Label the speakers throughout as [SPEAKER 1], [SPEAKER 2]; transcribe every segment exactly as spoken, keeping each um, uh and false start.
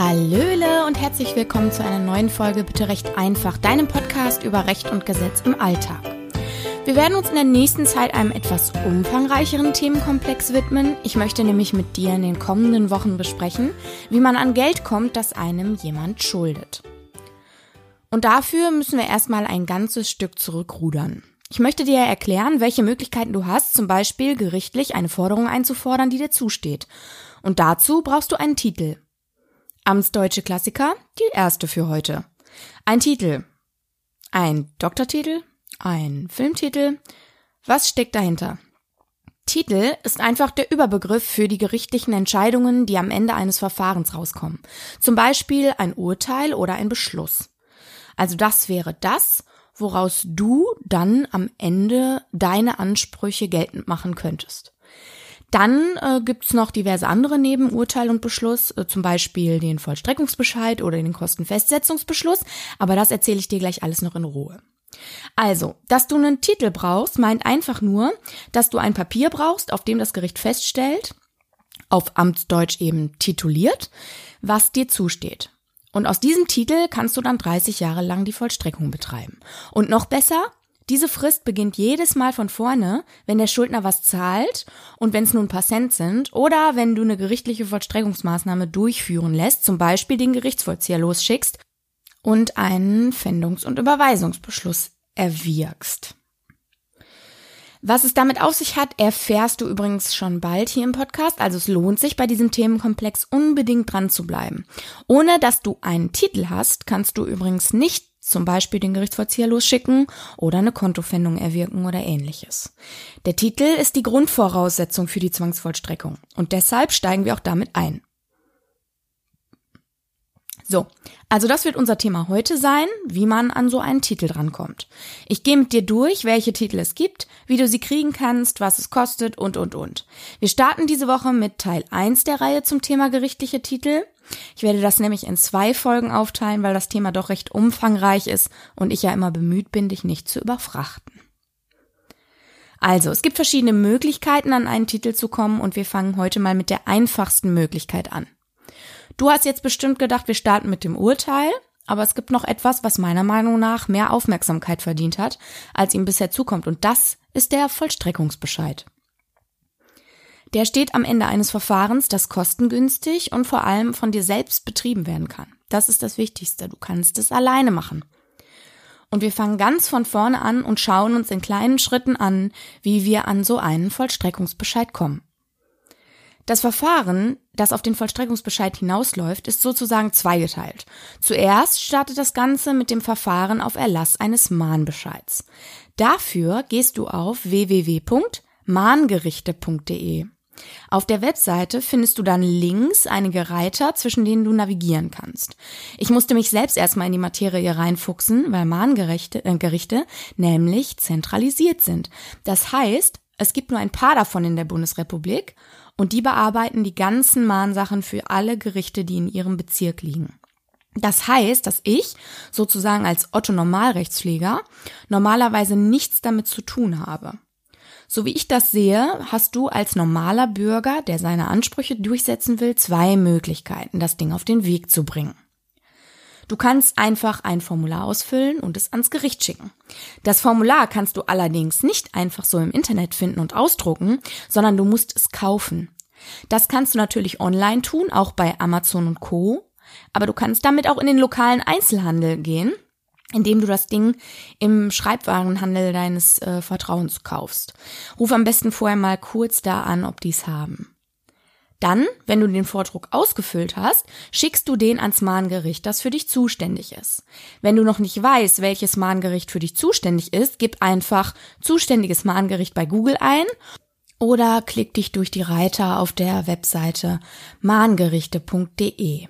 [SPEAKER 1] Hallöle und herzlich willkommen zu einer neuen Folge Bitte Recht einfach, deinem Podcast über Recht und Gesetz im Alltag. Wir werden uns in der nächsten Zeit einem etwas umfangreicheren Themenkomplex widmen. Ich möchte nämlich mit dir in den kommenden Wochen besprechen, wie man an Geld kommt, das einem jemand schuldet. Und dafür müssen wir erstmal ein ganzes Stück zurückrudern. Ich möchte dir erklären, welche Möglichkeiten du hast, zum Beispiel gerichtlich eine Forderung einzufordern, die dir zusteht. Und dazu brauchst du einen Titel. Amtsdeutsche Klassiker, die erste für heute. Ein Titel. Ein Doktortitel? Ein Filmtitel? Was steckt dahinter? Titel ist einfach der Überbegriff für die gerichtlichen Entscheidungen, die am Ende eines Verfahrens rauskommen. Zum Beispiel ein Urteil oder ein Beschluss. Also das wäre das, woraus du dann am Ende deine Ansprüche geltend machen könntest. Dann äh, gibt's noch diverse andere neben Urteil und Beschluss, äh, zum Beispiel den Vollstreckungsbescheid oder den Kostenfestsetzungsbeschluss, aber das erzähle ich dir gleich alles noch in Ruhe. Also, dass du einen Titel brauchst, meint einfach nur, dass du ein Papier brauchst, auf dem das Gericht feststellt, auf Amtsdeutsch eben tituliert, was dir zusteht. Und aus diesem Titel kannst du dann dreißig Jahre lang die Vollstreckung betreiben. Und noch besser, diese Frist beginnt jedes Mal von vorne, wenn der Schuldner was zahlt und wenn es nun ein paar Cent sind oder wenn du eine gerichtliche Vollstreckungsmaßnahme durchführen lässt, zum Beispiel den Gerichtsvollzieher losschickst und einen Pfändungs- und Überweisungsbeschluss erwirkst. Was es damit auf sich hat, erfährst du übrigens schon bald hier im Podcast, also es lohnt sich bei diesem Themenkomplex unbedingt dran zu bleiben. Ohne dass du einen Titel hast, kannst du übrigens nicht zum Beispiel den Gerichtsvollzieher losschicken oder eine Kontopfändung erwirken oder ähnliches. Der Titel ist die Grundvoraussetzung für die Zwangsvollstreckung und deshalb steigen wir auch damit ein. So, also das wird unser Thema heute sein, wie man an so einen Titel drankommt. Ich gehe mit dir durch, welche Titel es gibt, wie du sie kriegen kannst, was es kostet und, und, und. Wir starten diese Woche mit Teil eins der Reihe zum Thema gerichtliche Titel. Ich werde das nämlich in zwei Folgen aufteilen, weil das Thema doch recht umfangreich ist und ich ja immer bemüht bin, dich nicht zu überfrachten. Also, es gibt verschiedene Möglichkeiten, an einen Titel zu kommen und wir fangen heute mal mit der einfachsten Möglichkeit an. Du hast jetzt bestimmt gedacht, wir starten mit dem Urteil, aber es gibt noch etwas, was meiner Meinung nach mehr Aufmerksamkeit verdient hat, als ihm bisher zukommt, und das ist der Vollstreckungsbescheid. Der steht am Ende eines Verfahrens, das kostengünstig und vor allem von dir selbst betrieben werden kann. Das ist das Wichtigste, du kannst es alleine machen. Und wir fangen ganz von vorne an und schauen uns in kleinen Schritten an, wie wir an so einen Vollstreckungsbescheid kommen. Das Verfahren, das auf den Vollstreckungsbescheid hinausläuft, ist sozusagen zweigeteilt. Zuerst startet das Ganze mit dem Verfahren auf Erlass eines Mahnbescheids. Dafür gehst du auf w w w punkt mahngerichte punkt d e. Auf der Webseite findest du dann links einige Reiter, zwischen denen du navigieren kannst. Ich musste mich selbst erstmal in die Materie reinfuchsen, weil Mahngerichte äh, Gerichte nämlich zentralisiert sind. Das heißt, es gibt nur ein paar davon in der Bundesrepublik und die bearbeiten die ganzen Mahnsachen für alle Gerichte, die in ihrem Bezirk liegen. Das heißt, dass ich sozusagen als Otto-Normalrechtspfleger normalerweise nichts damit zu tun habe. So wie ich das sehe, hast du als normaler Bürger, der seine Ansprüche durchsetzen will, zwei Möglichkeiten, das Ding auf den Weg zu bringen. Du kannst einfach ein Formular ausfüllen und es ans Gericht schicken. Das Formular kannst du allerdings nicht einfach so im Internet finden und ausdrucken, sondern du musst es kaufen. Das kannst du natürlich online tun, auch bei Amazon und Co., aber du kannst damit auch in den lokalen Einzelhandel gehen, indem du das Ding im Schreibwarenhandel deines äh, Vertrauens kaufst. Ruf am besten vorher mal kurz da an, ob die es haben. Dann, wenn du den Vordruck ausgefüllt hast, schickst du den ans Mahngericht, das für dich zuständig ist. Wenn du noch nicht weißt, welches Mahngericht für dich zuständig ist, gib einfach zuständiges Mahngericht bei Google ein oder klick dich durch die Reiter auf der Webseite mahngerichte punkt d e.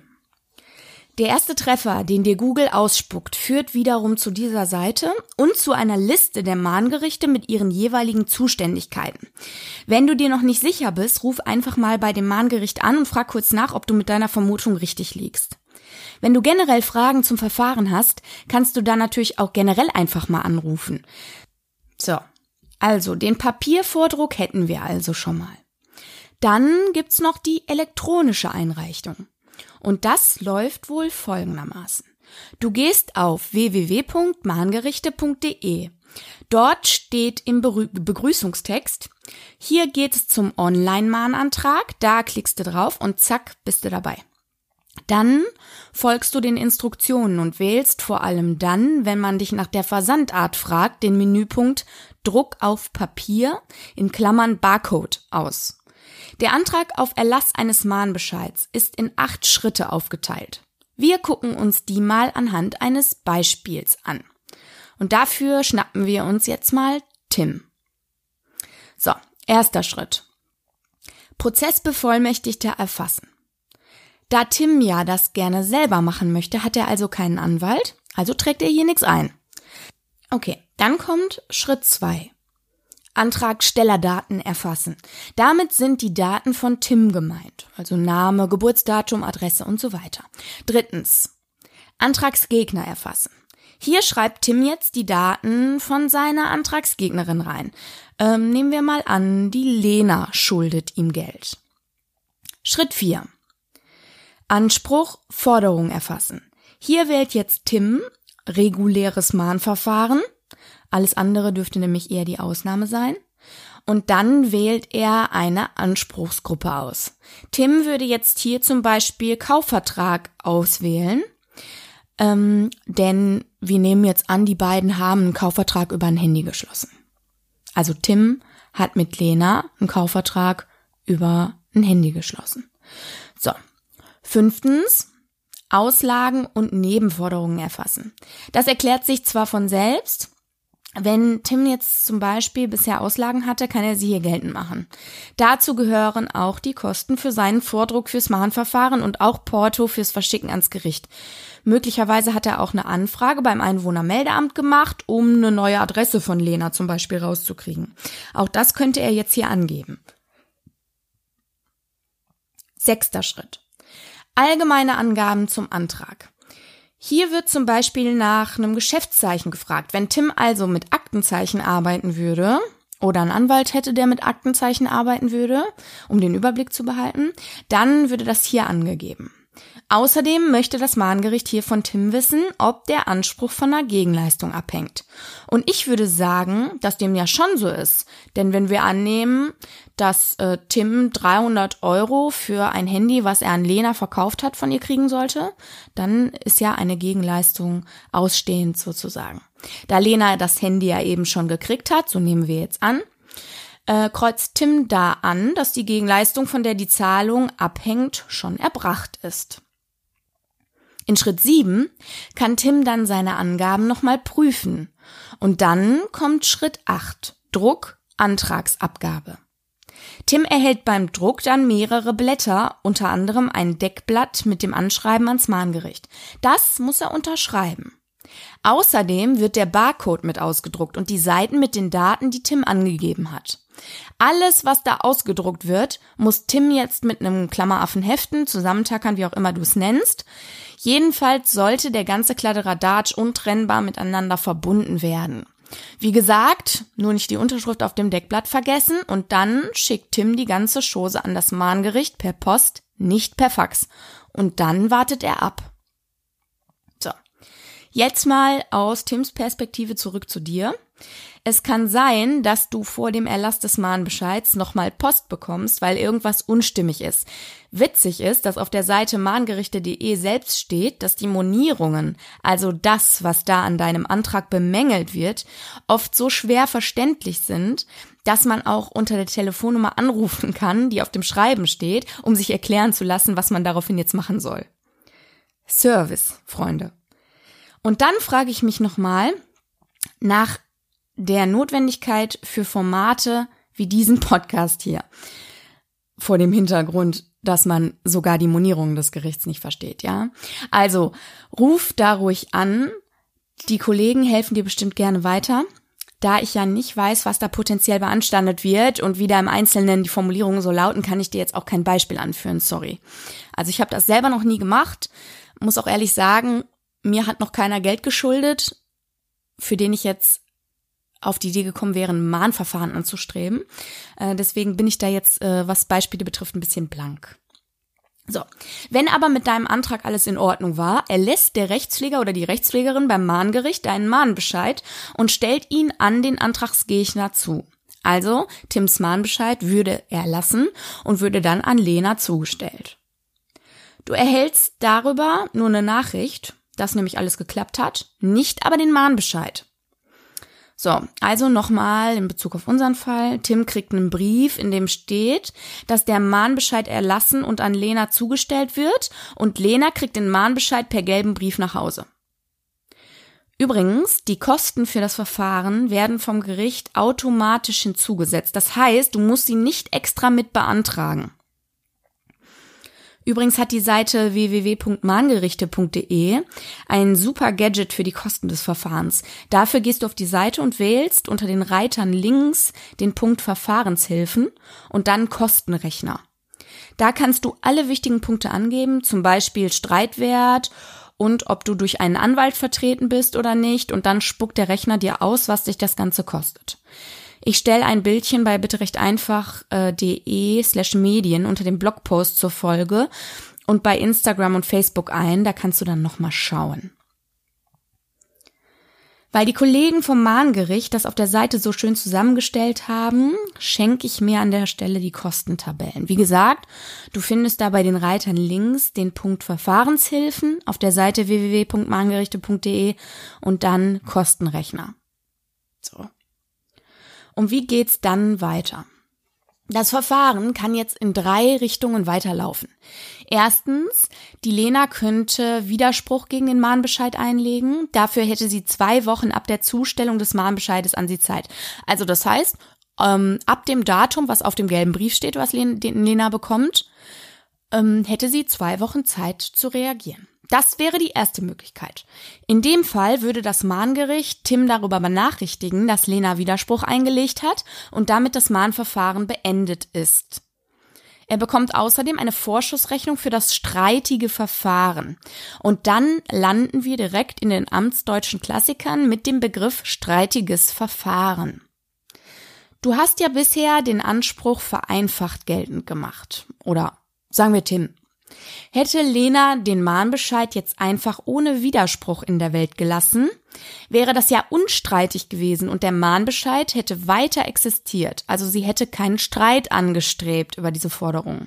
[SPEAKER 1] Der erste Treffer, den dir Google ausspuckt, führt wiederum zu dieser Seite und zu einer Liste der Mahngerichte mit ihren jeweiligen Zuständigkeiten. Wenn du dir noch nicht sicher bist, ruf einfach mal bei dem Mahngericht an und frag kurz nach, ob du mit deiner Vermutung richtig liegst. Wenn du generell Fragen zum Verfahren hast, kannst du dann natürlich auch generell einfach mal anrufen. So, also den Papiervordruck hätten wir also schon mal. Dann gibt's noch die elektronische Einreichung. Und das läuft wohl folgendermaßen. Du gehst auf w w w punkt mahngerichte punkt d e. Dort steht im Begrüßungstext, hier geht's zum Online-Mahnantrag, da klickst du drauf und zack, bist du dabei. Dann folgst du den Instruktionen und wählst vor allem dann, wenn man dich nach der Versandart fragt, den Menüpunkt Druck auf Papier in Klammern Barcode aus. Der Antrag auf Erlass eines Mahnbescheids ist in acht Schritte aufgeteilt. Wir gucken uns die mal anhand eines Beispiels an. Und dafür schnappen wir uns jetzt mal Tim. So, erster Schritt. Prozessbevollmächtigter erfassen. Da Tim ja das gerne selber machen möchte, hat er also keinen Anwalt, also trägt er hier nichts ein. Okay, dann kommt Schritt zwei. Antragstellerdaten erfassen. Damit sind die Daten von Tim gemeint, also Name, Geburtsdatum, Adresse und so weiter. Drittens, Antragsgegner erfassen. Hier schreibt Tim jetzt die Daten von seiner Antragsgegnerin rein. Ähm, nehmen wir mal an, die Lena schuldet ihm Geld. Schritt vier. Anspruch, Forderung erfassen. Hier wählt jetzt Tim reguläres Mahnverfahren. Alles andere dürfte nämlich eher die Ausnahme sein. Und dann wählt er eine Anspruchsgruppe aus. Tim würde jetzt hier zum Beispiel Kaufvertrag auswählen. Ähm, denn wir nehmen jetzt an, die beiden haben einen Kaufvertrag über ein Handy geschlossen. Also Tim hat mit Lena einen Kaufvertrag über ein Handy geschlossen. So. Fünftens, Auslagen und Nebenforderungen erfassen. Das erklärt sich zwar von selbst. Wenn Tim jetzt zum Beispiel bisher Auslagen hatte, kann er sie hier geltend machen. Dazu gehören auch die Kosten für seinen Vordruck fürs Mahnverfahren und auch Porto fürs Verschicken ans Gericht. Möglicherweise hat er auch eine Anfrage beim Einwohnermeldeamt gemacht, um eine neue Adresse von Lena zum Beispiel rauszukriegen. Auch das könnte er jetzt hier angeben. Sechster Schritt. Allgemeine Angaben zum Antrag. Hier wird zum Beispiel nach einem Geschäftszeichen gefragt. Wenn Tim also mit Aktenzeichen arbeiten würde oder einen Anwalt hätte, der mit Aktenzeichen arbeiten würde, um den Überblick zu behalten, dann würde das hier angegeben. Außerdem möchte das Mahngericht hier von Tim wissen, ob der Anspruch von einer Gegenleistung abhängt. Und ich würde sagen, dass dem ja schon so ist. Denn wenn wir annehmen, dass äh, Tim dreihundert Euro für ein Handy, was er an Lena verkauft hat, von ihr kriegen sollte, dann ist ja eine Gegenleistung ausstehend sozusagen. Da Lena das Handy ja eben schon gekriegt hat, so nehmen wir jetzt an, äh, kreuzt Tim da an, dass die Gegenleistung, von der die Zahlung abhängt, schon erbracht ist. In Schritt sieben kann Tim dann seine Angaben nochmal prüfen. Und dann kommt Schritt acht, Druck, Antragsabgabe. Tim erhält beim Druck dann mehrere Blätter, unter anderem ein Deckblatt mit dem Anschreiben ans Mahngericht. Das muss er unterschreiben. Außerdem wird der Barcode mit ausgedruckt und die Seiten mit den Daten, die Tim angegeben hat. Alles, was da ausgedruckt wird, muss Tim jetzt mit einem Klammeraffen heften, zusammentackern, wie auch immer du es nennst. Jedenfalls sollte der ganze Kladderadatsch untrennbar miteinander verbunden werden. Wie gesagt, nur nicht die Unterschrift auf dem Deckblatt vergessen und dann schickt Tim die ganze Chose an das Mahngericht per Post, nicht per Fax. Und dann wartet er ab. So, jetzt mal aus Tims Perspektive zurück zu dir. Es kann sein, dass du vor dem Erlass des Mahnbescheids nochmal Post bekommst, weil irgendwas unstimmig ist. Witzig ist, dass auf der Seite mahngerichte punkt de selbst steht, dass die Monierungen, also das, was da an deinem Antrag bemängelt wird, oft so schwer verständlich sind, dass man auch unter der Telefonnummer anrufen kann, die auf dem Schreiben steht, um sich erklären zu lassen, was man daraufhin jetzt machen soll. Service, Freunde. Und dann frage ich mich nochmal nach der Notwendigkeit für Formate wie diesen Podcast hier. Vor dem Hintergrund, dass man sogar die Monierung des Gerichts nicht versteht, ja. Also, ruf da ruhig an. Die Kollegen helfen dir bestimmt gerne weiter. Da ich ja nicht weiß, was da potenziell beanstandet wird und wie da im Einzelnen die Formulierungen so lauten, kann ich dir jetzt auch kein Beispiel anführen, sorry. Also ich habe das selber noch nie gemacht, muss auch ehrlich sagen, mir hat noch keiner Geld geschuldet, für den ich jetzt auf die Idee gekommen wäre, ein Mahnverfahren anzustreben. Äh, deswegen bin ich da jetzt, äh, was Beispiele betrifft, ein bisschen blank. So, wenn aber mit deinem Antrag alles in Ordnung war, erlässt der Rechtspfleger oder die Rechtspflegerin beim Mahngericht deinen Mahnbescheid und stellt ihn an den Antragsgegner zu. Also, Tims Mahnbescheid würde erlassen und würde dann an Lena zugestellt. Du erhältst darüber nur eine Nachricht, dass nämlich alles geklappt hat, nicht aber den Mahnbescheid. So, also nochmal in Bezug auf unseren Fall. Tim kriegt einen Brief, in dem steht, dass der Mahnbescheid erlassen und an Lena zugestellt wird und Lena kriegt den Mahnbescheid per gelben Brief nach Hause. Übrigens, die Kosten für das Verfahren werden vom Gericht automatisch hinzugesetzt. Das heißt, du musst sie nicht extra mit beantragen. Übrigens hat die Seite w w w punkt mahngerichte punkt d e ein super Gadget für die Kosten des Verfahrens. Dafür gehst du auf die Seite und wählst unter den Reitern links den Punkt Verfahrenshilfen und dann Kostenrechner. Da kannst du alle wichtigen Punkte angeben, zum Beispiel Streitwert und ob du durch einen Anwalt vertreten bist oder nicht, und dann spuckt der Rechner dir aus, was dich das Ganze kostet. Ich stelle ein Bildchen bei bitte recht einfach äh, de slash Medien unter dem Blogpost zur Folge und bei Instagram und Facebook ein, da kannst du dann nochmal schauen. Weil die Kollegen vom Mahngericht das auf der Seite so schön zusammengestellt haben, schenke ich mir an der Stelle die Kostentabellen. Wie gesagt, du findest da bei den Reitern links den Punkt Verfahrenshilfen auf der Seite w w w punkt mahngerichte punkt d e und dann Kostenrechner. So. Und wie geht's dann weiter? Das Verfahren kann jetzt in drei Richtungen weiterlaufen. Erstens, die Lena könnte Widerspruch gegen den Mahnbescheid einlegen. Dafür hätte sie zwei Wochen ab der Zustellung des Mahnbescheides an sie Zeit. Also das heißt, ähm, ab dem Datum, was auf dem gelben Brief steht, was Lena bekommt, ähm, hätte sie zwei Wochen Zeit zu reagieren. Das wäre die erste Möglichkeit. In dem Fall würde das Mahngericht Tim darüber benachrichtigen, dass Lena Widerspruch eingelegt hat und damit das Mahnverfahren beendet ist. Er bekommt außerdem eine Vorschussrechnung für das streitige Verfahren. Und dann landen wir direkt in den amtsdeutschen Klassikern mit dem Begriff streitiges Verfahren. Du hast ja bisher den Anspruch vereinfacht geltend gemacht. Oder sagen wir Tim. Hätte Lena den Mahnbescheid jetzt einfach ohne Widerspruch in der Welt gelassen, wäre das ja unstreitig gewesen und der Mahnbescheid hätte weiter existiert. Also sie hätte keinen Streit angestrebt über diese Forderung.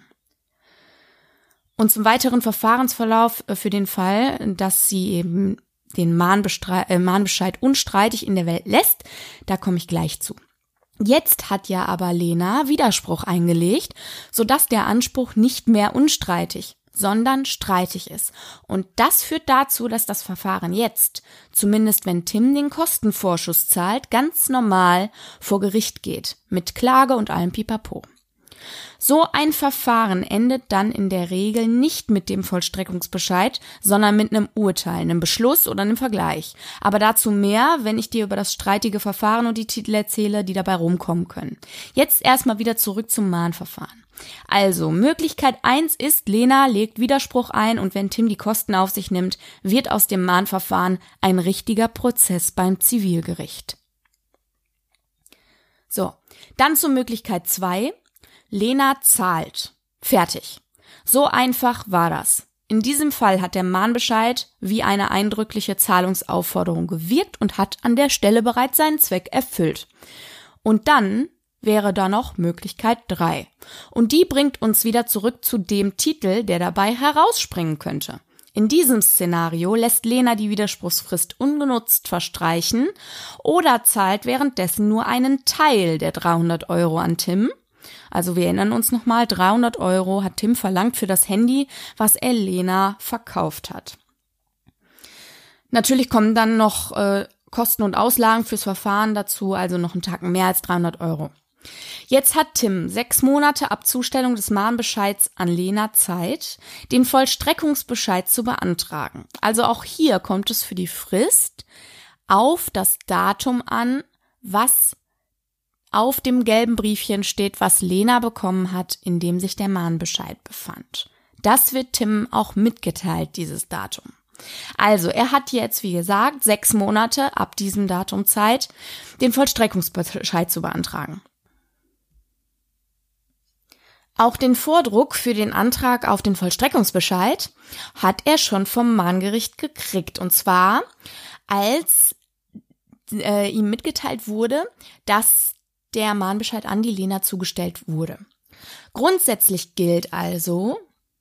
[SPEAKER 1] Und zum weiteren Verfahrensverlauf für den Fall, dass sie eben den Mahnbestre- äh, Mahnbescheid unstreitig in der Welt lässt, da komme ich gleich zu. Jetzt hat ja aber Lena Widerspruch eingelegt, sodass der Anspruch nicht mehr unstreitig, sondern streitig ist. Und das führt dazu, dass das Verfahren jetzt, zumindest wenn Tim den Kostenvorschuss zahlt, ganz normal vor Gericht geht, mit Klage und allem Pipapo. So ein Verfahren endet dann in der Regel nicht mit dem Vollstreckungsbescheid, sondern mit einem Urteil, einem Beschluss oder einem Vergleich. Aber dazu mehr, wenn ich dir über das streitige Verfahren und die Titel erzähle, die dabei rumkommen können. Jetzt erstmal wieder zurück zum Mahnverfahren. Also, Möglichkeit eins ist, Lena legt Widerspruch ein und wenn Tim die Kosten auf sich nimmt, wird aus dem Mahnverfahren ein richtiger Prozess beim Zivilgericht. So, dann zur Möglichkeit zwei. Lena zahlt. Fertig. So einfach war das. In diesem Fall hat der Mahnbescheid wie eine eindrückliche Zahlungsaufforderung gewirkt und hat an der Stelle bereits seinen Zweck erfüllt. Und dann wäre da noch Möglichkeit drei. Und die bringt uns wieder zurück zu dem Titel, der dabei herausspringen könnte. In diesem Szenario lässt Lena die Widerspruchsfrist ungenutzt verstreichen oder zahlt währenddessen nur einen Teil der dreihundert Euro an Tim. Also wir erinnern uns nochmal, dreihundert Euro hat Tim verlangt für das Handy, was er Lena verkauft hat. Natürlich kommen dann noch äh, Kosten und Auslagen fürs Verfahren dazu, also noch einen Tacken mehr als dreihundert Euro. Jetzt hat Tim sechs Monate ab Zustellung des Mahnbescheids an Lena Zeit, den Vollstreckungsbescheid zu beantragen. Also auch hier kommt es für die Frist auf das Datum an, was auf dem gelben Briefchen steht, was Lena bekommen hat, in dem sich der Mahnbescheid befand. Das wird Tim auch mitgeteilt, dieses Datum. Also, er hat jetzt, wie gesagt, sechs Monate ab diesem Datum Zeit, den Vollstreckungsbescheid zu beantragen. Auch den Vordruck für den Antrag auf den Vollstreckungsbescheid hat er schon vom Mahngericht gekriegt. Und zwar, als äh, ihm mitgeteilt wurde, dass der Mahnbescheid an die Lena zugestellt wurde. Grundsätzlich gilt also,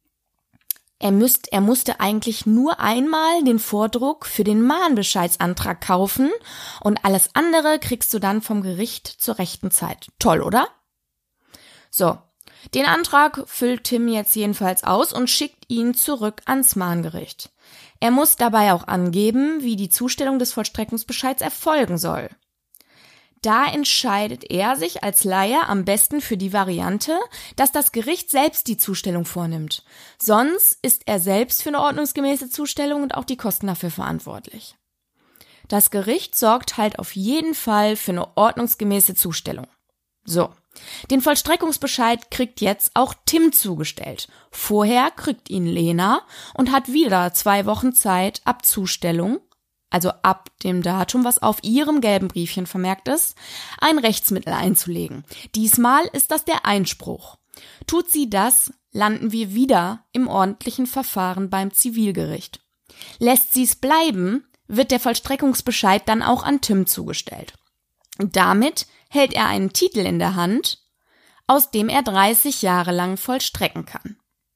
[SPEAKER 1] er, müsst, er musste eigentlich nur einmal den Vordruck für den Mahnbescheidsantrag kaufen und alles andere kriegst du dann vom Gericht zur rechten Zeit. Toll, oder? So. Den Antrag füllt Tim jetzt jedenfalls aus und schickt ihn zurück ans Mahngericht. Er muss dabei auch angeben, wie die Zustellung des Vollstreckungsbescheids erfolgen soll. Da entscheidet er sich als Laie am besten für die Variante, dass das Gericht selbst die Zustellung vornimmt. Sonst ist er selbst für eine ordnungsgemäße Zustellung und auch die Kosten dafür verantwortlich. Das Gericht sorgt halt auf jeden Fall für eine ordnungsgemäße Zustellung. So. Den Vollstreckungsbescheid kriegt jetzt auch Tim zugestellt. Vorher kriegt ihn Lena und hat wieder zwei Wochen Zeit ab Zustellung, also ab dem Datum, was auf ihrem gelben Briefchen vermerkt ist, ein Rechtsmittel einzulegen. Diesmal ist das der Einspruch. Tut sie das, landen wir wieder im ordentlichen Verfahren beim Zivilgericht. Lässt sie es bleiben, wird der Vollstreckungsbescheid dann auch an Tim zugestellt. Und damit hält er einen Titel in der Hand, aus dem er dreißig Jahre lang vollstrecken kann.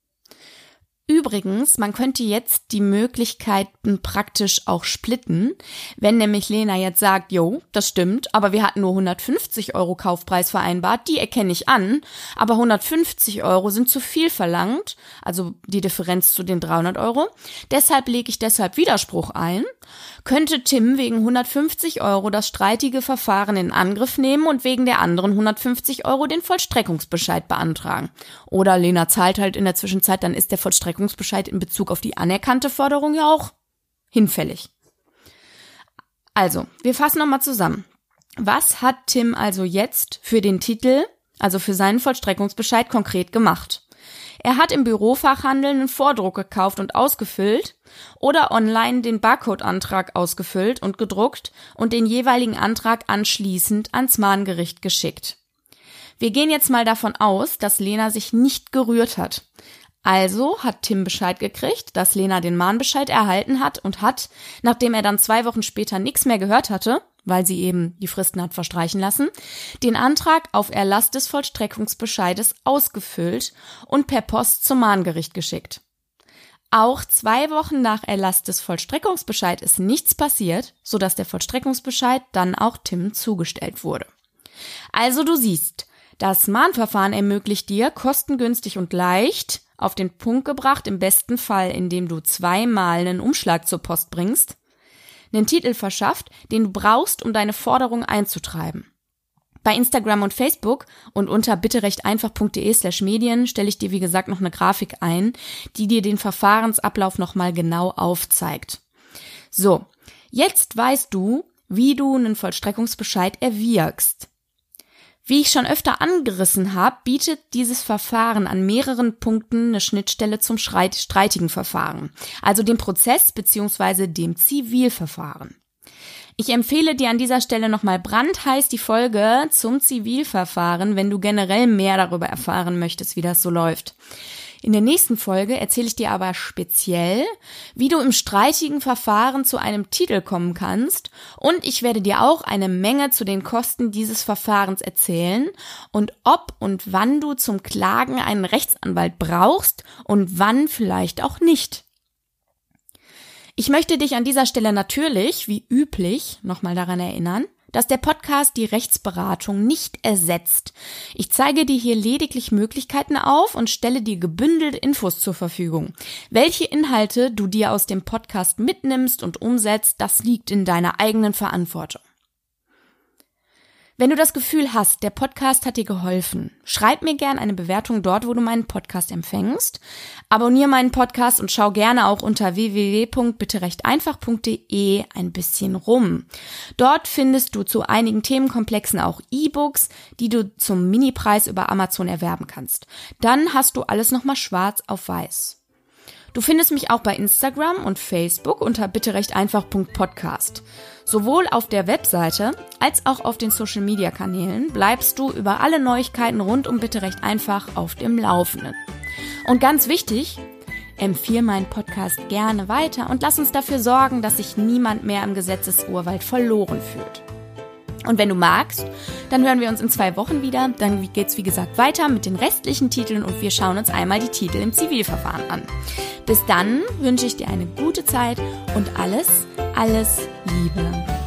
[SPEAKER 1] Übrigens, man könnte jetzt die Möglichkeiten praktisch auch splitten, wenn nämlich Lena jetzt sagt, jo, das stimmt, aber wir hatten nur hundertfünfzig Euro Kaufpreis vereinbart, die erkenne ich an, aber hundertfünfzig Euro sind zu viel verlangt, also die Differenz zu den dreihundert Euro, deshalb lege ich deshalb Widerspruch ein, könnte Tim wegen hundertfünfzig Euro das streitige Verfahren in Angriff nehmen und wegen der anderen hundertfünfzig Euro den Vollstreckungsbescheid beantragen. Oder Lena zahlt halt in der Zwischenzeit, dann ist der Vollstreckungsbescheid in Bezug auf die anerkannte Forderung ja auch hinfällig. Also, wir fassen nochmal zusammen. Was hat Tim also jetzt für den Titel, also für seinen Vollstreckungsbescheid konkret gemacht? Er hat im Bürofachhandel einen Vordruck gekauft und ausgefüllt oder online den Barcode-Antrag ausgefüllt und gedruckt und den jeweiligen Antrag anschließend ans Mahngericht geschickt. Wir gehen jetzt mal davon aus, dass Lena sich nicht gerührt hat. Also hat Tim Bescheid gekriegt, dass Lena den Mahnbescheid erhalten hat und hat, nachdem er dann zwei Wochen später nichts mehr gehört hatte, weil sie eben die Fristen hat verstreichen lassen, den Antrag auf Erlass des Vollstreckungsbescheides ausgefüllt und per Post zum Mahngericht geschickt. Auch zwei Wochen nach Erlass des Vollstreckungsbescheids ist nichts passiert, sodass der Vollstreckungsbescheid dann auch Tim zugestellt wurde. Also du siehst, das Mahnverfahren ermöglicht dir kostengünstig und leicht, auf den Punkt gebracht, im besten Fall, indem du zweimal einen Umschlag zur Post bringst, einen Titel verschafft, den du brauchst, um deine Forderung einzutreiben. Bei Instagram und Facebook und unter bitterechteinfach.de slash Medien stelle ich dir, wie gesagt, noch eine Grafik ein, die dir den Verfahrensablauf nochmal genau aufzeigt. So, jetzt weißt du, wie du einen Vollstreckungsbescheid erwirkst. Wie ich schon öfter angerissen habe, bietet dieses Verfahren an mehreren Punkten eine Schnittstelle zum streitigen Verfahren, also dem Prozess bzw. dem Zivilverfahren. Ich empfehle dir an dieser Stelle nochmal brandheiß die Folge zum Zivilverfahren, wenn du generell mehr darüber erfahren möchtest, wie das so läuft. In der nächsten Folge erzähle ich dir aber speziell, wie du im streitigen Verfahren zu einem Titel kommen kannst, und ich werde dir auch eine Menge zu den Kosten dieses Verfahrens erzählen und ob und wann du zum Klagen einen Rechtsanwalt brauchst und wann vielleicht auch nicht. Ich möchte dich an dieser Stelle natürlich, wie üblich, nochmal daran erinnern, dass der Podcast die Rechtsberatung nicht ersetzt. Ich zeige dir hier lediglich Möglichkeiten auf und stelle dir gebündelt Infos zur Verfügung. Welche Inhalte du dir aus dem Podcast mitnimmst und umsetzt, das liegt in deiner eigenen Verantwortung. Wenn du das Gefühl hast, der Podcast hat dir geholfen, schreib mir gerne eine Bewertung dort, wo du meinen Podcast empfängst. Abonniere meinen Podcast und schau gerne auch unter w w w punkt bitterechteinfach punkt de ein bisschen rum. Dort findest du zu einigen Themenkomplexen auch E-Books, die du zum Minipreis über Amazon erwerben kannst. Dann hast du alles nochmal schwarz auf weiß. Du findest mich auch bei Instagram und Facebook unter bitterechteinfach punkt podcast. Sowohl auf der Webseite als auch auf den Social-Media-Kanälen bleibst du über alle Neuigkeiten rund um Bitte Recht Einfach auf dem Laufenden. Und ganz wichtig, empfehle meinen Podcast gerne weiter und lass uns dafür sorgen, dass sich niemand mehr im Gesetzesurwald verloren fühlt. Und wenn du magst, dann hören wir uns in zwei Wochen wieder. Dann geht's wie gesagt weiter mit den restlichen Titeln und wir schauen uns einmal die Titel im Zivilverfahren an. Bis dann wünsche ich dir eine gute Zeit und alles, alles Liebe.